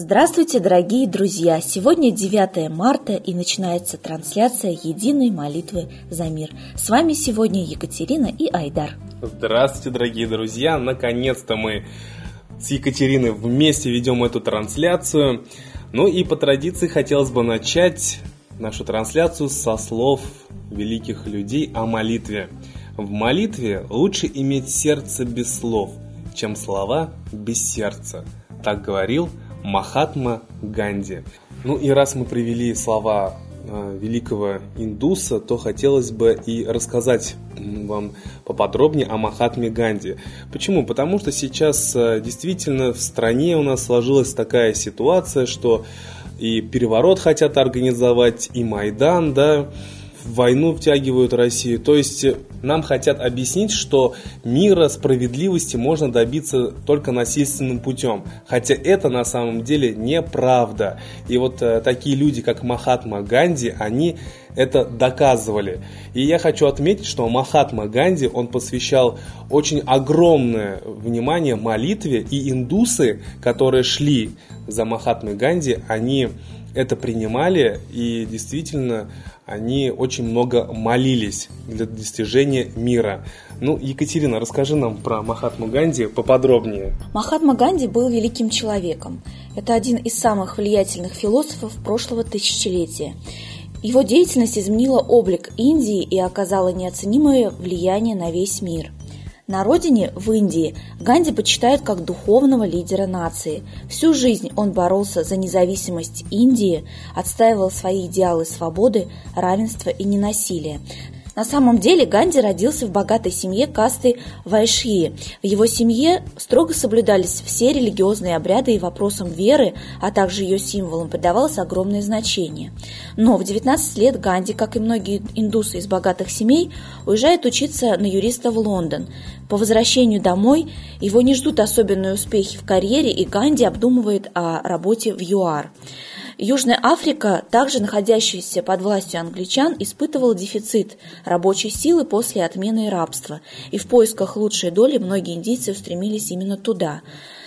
Здравствуйте, дорогие друзья! Сегодня 9 марта и начинается трансляция единой молитвы за мир. С вами сегодня Екатерина и Айдар. Здравствуйте, дорогие друзья! Наконец-то мы с Екатериной вместе ведем эту трансляцию. Ну и по традиции хотелось бы начать нашу трансляцию со слов великих людей о молитве. В молитве лучше иметь сердце без слов, чем слова без сердца. Так говорил Махатма Ганди. Ну и раз мы привели слова великого индуса, то хотелось бы и рассказать вам поподробнее о Махатме Ганди. Почему? Потому что сейчас действительно в стране у нас сложилась такая ситуация, что и переворот хотят организовать, и Майдан, да, в войну втягивают Россию. То есть нам хотят объяснить, что мира, справедливости можно добиться только насильственным путем. Хотя это на самом деле неправда. И вот такие люди, как Махатма Ганди, они это доказывали. И я хочу отметить, что Махатма Ганди, он посвящал очень огромное внимание молитве. И индусы, которые шли за Махатмой Ганди, они это принимали, и действительно они очень много молились для достижения мира. Ну, Екатерина, расскажи нам про Махатму Ганди поподробнее. Махатма Ганди был великим человеком. Это один из самых влиятельных философов прошлого тысячелетия. Его деятельность изменила облик Индии и оказала неоценимое влияние на весь мир. На родине, в Индии, Ганди почитают как духовного лидера нации. Всю жизнь он боролся за независимость Индии, отстаивал свои идеалы свободы, равенства и ненасилия. На самом деле Ганди родился в богатой семье касты Вайшьи. В его семье строго соблюдались все религиозные обряды, и вопросам веры, а также ее символам придавалось огромное значение. Но в 19 лет Ганди, как и многие индусы из богатых семей, уезжает учиться на юриста в Лондон. По возвращению домой его не ждут особенные успехи в карьере, и Ганди обдумывает о работе в ЮАР. Южная Африка, также находящаяся под властью англичан, испытывала дефицит рабочей силы после отмены рабства, и в поисках лучшей доли многие индийцы устремились именно туда.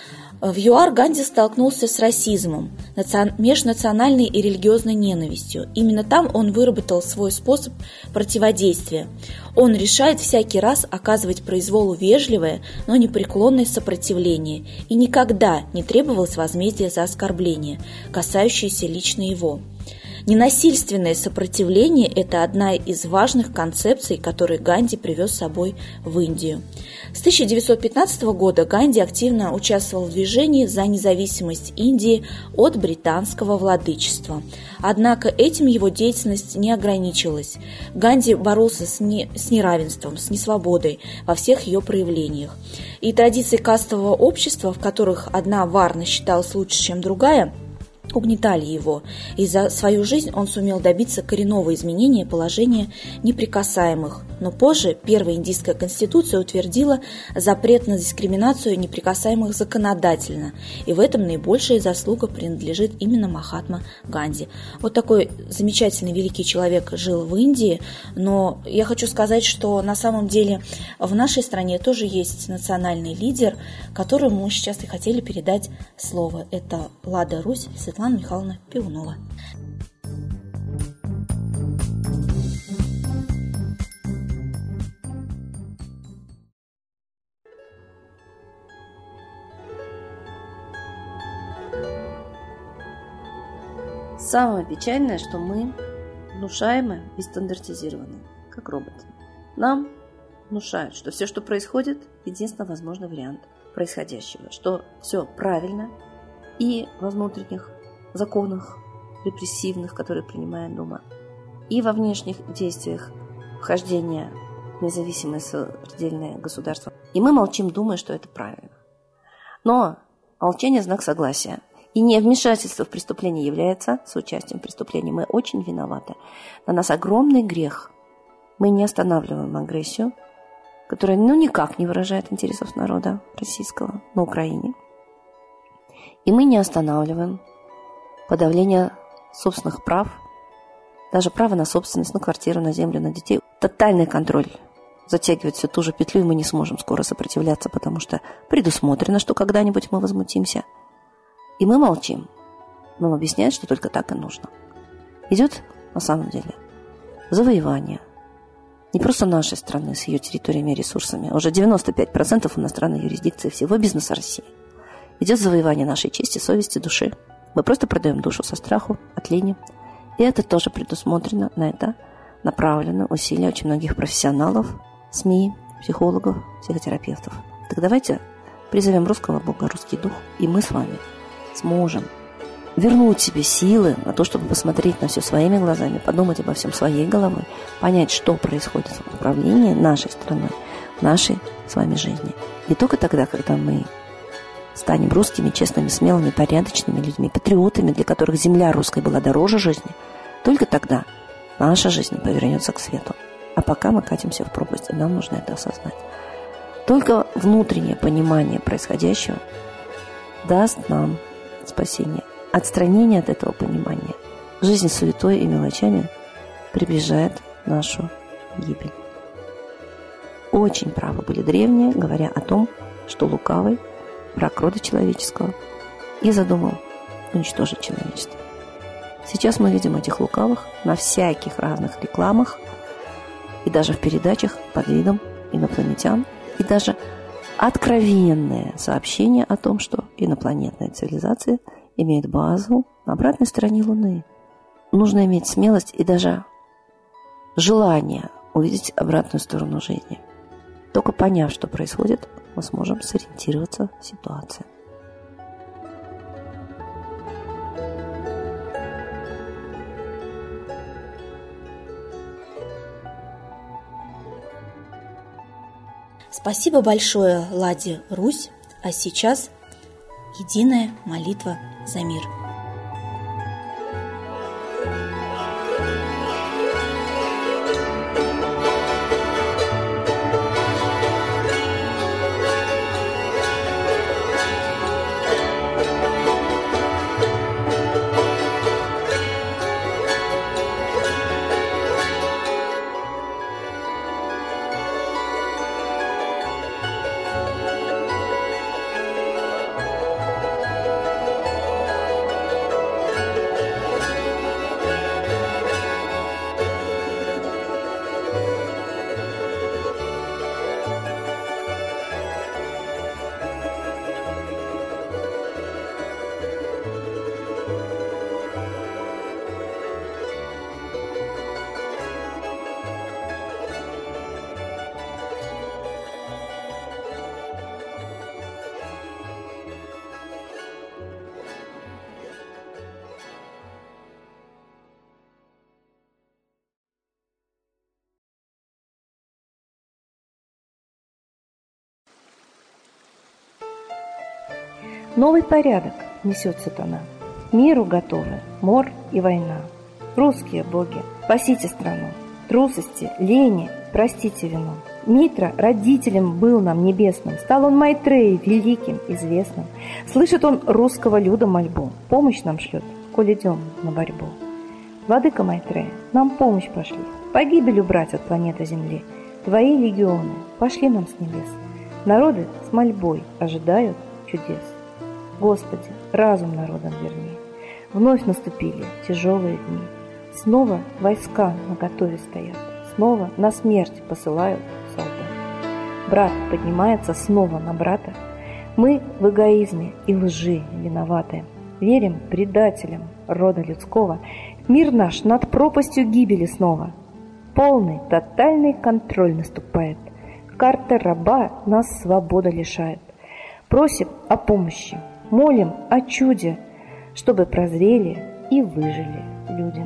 В ЮАР Ганди столкнулся с расизмом, межнациональной и религиозной ненавистью. Именно там он выработал свой способ противодействия. Он решает всякий раз оказывать произволу вежливое, но непреклонное сопротивление, и никогда не требовалось возмездия за оскорбление, касающееся лично его. Ненасильственное сопротивление – это одна из важных концепций, которые Ганди привез с собой в Индию. С 1915 года Ганди активно участвовал в движении за независимость Индии от британского владычества. Однако этим его деятельность не ограничилась. Ганди боролся с неравенством, с несвободой во всех ее проявлениях. И традиции кастового общества, в которых одна варна считалась лучше, чем другая, угнетали его, и за свою жизнь он сумел добиться коренного изменения положения неприкасаемых. Но позже первая индийская конституция утвердила запрет на дискриминацию неприкасаемых законодательно, и в этом наибольшая заслуга принадлежит именно Махатма Ганди. Вот такой замечательный великий человек жил в Индии, но я хочу сказать, что на самом деле в нашей стране тоже есть национальный лидер, которому мы сейчас и хотели передать слово. Это Лада Русь, Светлана Михайловна Пиунова. Самое печальное, что мы внушаемы и стандартизированы, как роботы. Нам внушают, что все, что происходит, единственно возможный вариант происходящего, что все правильно и во внутренних законах репрессивных, которые принимает Дума, и во внешних действиях вхождения в независимое самодельное государство. И мы молчим, думая, что это правильно. Но молчание – знак согласия. И невмешательство в преступление является соучастием в преступлении. Мы очень виноваты. На нас огромный грех. Мы не останавливаем агрессию, которая никак не выражает интересов народа российского на Украине. И мы не останавливаем подавление собственных прав, даже право на собственность, на квартиру, на землю, на детей. Тотальный контроль затягивает всю ту же петлю, и мы не сможем скоро сопротивляться, потому что предусмотрено, что когда-нибудь мы возмутимся. И мы молчим. нам объясняют, что только так и нужно. Идет, на самом деле, завоевание. Не просто нашей страны с ее территориями и ресурсами. Уже 95% иностранной юрисдикции всего бизнеса России. Идет завоевание нашей чести, совести, души. Мы просто продаем душу со страху, от лени. И это тоже предусмотрено, на это направлены усилия очень многих профессионалов, СМИ, психологов, психотерапевтов. Так давайте призовем русского Бога, русский дух, и мы с вами сможем вернуть себе силы на то, чтобы посмотреть на все своими глазами, подумать обо всем своей головой, понять, что происходит в управлении нашей страной, в нашей с вами жизни. И только тогда, когда мы станем русскими, честными, смелыми, порядочными людьми, патриотами, для которых земля русская была дороже жизни, только тогда наша жизнь повернется к свету. А пока мы катимся в пропасть, и нам нужно это осознать. Только внутреннее понимание происходящего даст нам спасение. Отстранение от этого понимания, жизнь суетой и мелочами приближает нашу гибель. Очень правы были древние, говоря о том, что лукавый враг рода человеческого и задумал уничтожить человечество. Сейчас мы видим этих лукавых на всяких разных рекламах и даже в передачах под видом инопланетян, и даже откровенное сообщение о том, что инопланетная цивилизация имеет базу на обратной стороне Луны. Нужно иметь смелость и даже желание увидеть обратную сторону жизни. Только поняв, что происходит, мы сможем сориентироваться в ситуации. Спасибо большое, Ладе Русь. А сейчас единая молитва за мир. Новый порядок несет сатана. Миру готовы мор и война. Русские боги, спасите страну. Трусости, лени, простите вину. Митра родителем был нам небесным, стал он Майтреей великим, известным. Слышит он русского люда мольбу, помощь нам шлет, коль идем на борьбу. Владыка Майтрея, нам помощь пошли, погибель убрать от планеты Земли. Твои легионы пошли нам с небес. Народы с мольбой ожидают чудес. Господи, разум народам верни. Вновь наступили тяжелые дни. Снова войска наготове стоят. Снова на смерть посылают солдат. Брат поднимается снова на брата. Мы в эгоизме и лжи виноваты. Верим предателям рода людского. Мир наш над пропастью гибели снова. Полный, тотальный контроль наступает. Карта раба нас свободы лишает. Просим о помощи. Молим о чуде, чтобы прозрели и выжили люди.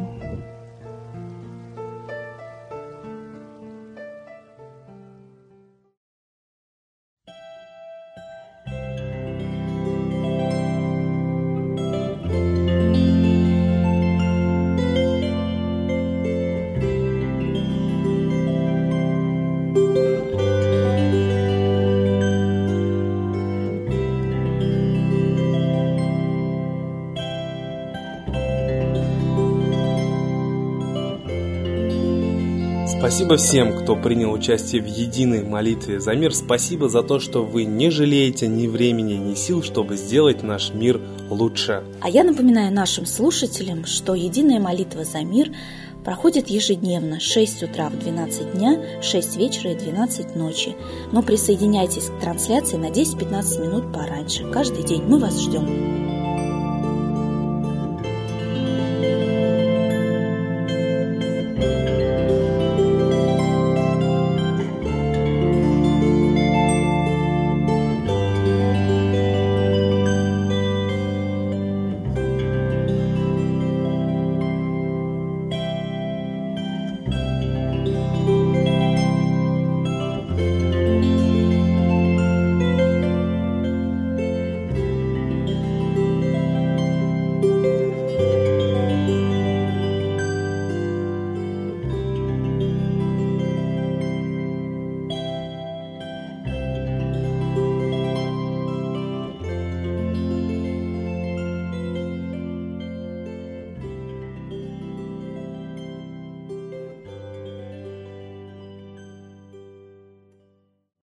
Спасибо всем, кто принял участие в единой молитве за мир. Спасибо за то, что вы не жалеете ни времени, ни сил, чтобы сделать наш мир лучше. А я напоминаю нашим слушателям, что единая молитва за мир проходит ежедневно 6 утра в 12 дня, 6 вечера и 12 ночи. Но присоединяйтесь к трансляции на 10-15 минут пораньше. Каждый день мы вас ждем.